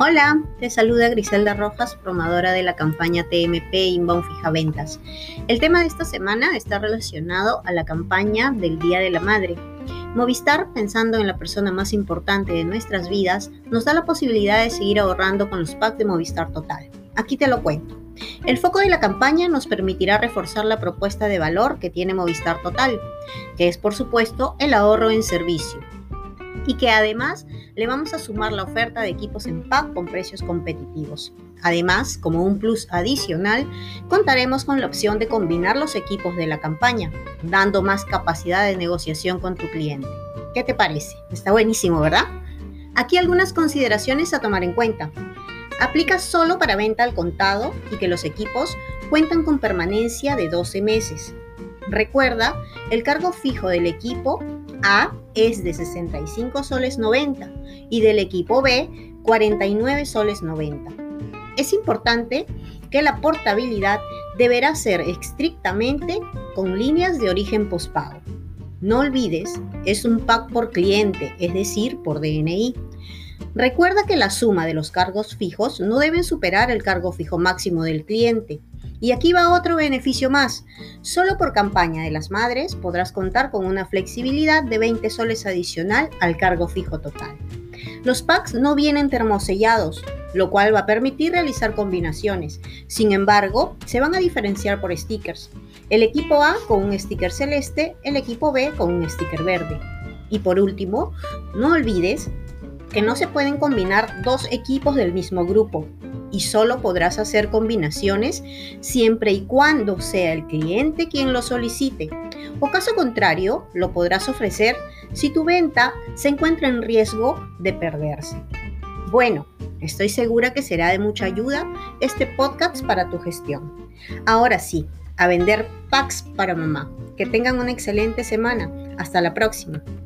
Hola, te saluda Griselda Rojas, promotora de la campaña TMP Inbound Fija Ventas. El tema de esta semana está relacionado a la campaña del Día de la Madre. Movistar, pensando en la persona más importante de nuestras vidas, nos da la posibilidad de seguir ahorrando con los packs de Movistar Total. Aquí te lo cuento. El foco de la campaña nos permitirá reforzar la propuesta de valor que tiene Movistar Total, que es por supuesto el ahorro en servicio, y que además le vamos a sumar la oferta de equipos en pack con precios competitivos. Además, como un plus adicional, contaremos con la opción de combinar los equipos de la campaña, dando más capacidad de negociación con tu cliente. ¿Qué te parece? Está buenísimo, ¿verdad? Aquí algunas consideraciones a tomar en cuenta. Aplica solo para venta al contado y que los equipos cuentan con permanencia de 12 meses. Recuerda, el cargo fijo del equipo A es de 65 soles 90 y del equipo B 49 soles 90. Es importante que la portabilidad deberá ser estrictamente con líneas de origen postpago. No olvides, es un pack por cliente, es decir, por DNI. Recuerda que la suma de los cargos fijos no deben superar el cargo fijo máximo del cliente. Y aquí va otro beneficio más. Solo por campaña de las madres podrás contar con una flexibilidad de 20 soles adicional al cargo fijo total. Los packs no vienen termosellados, lo cual va a permitir realizar combinaciones. Sin embargo, se van a diferenciar por stickers. El equipo A con un sticker celeste, el equipo B con un sticker verde. Y por último, no olvides que no se pueden combinar dos equipos del mismo grupo y solo podrás hacer combinaciones siempre y cuando sea el cliente quien lo solicite. O caso contrario, lo podrás ofrecer si tu venta se encuentra en riesgo de perderse. Bueno, estoy segura que será de mucha ayuda este podcast para tu gestión. Ahora sí, a vender packs para mamá. Que tengan una excelente semana. Hasta la próxima.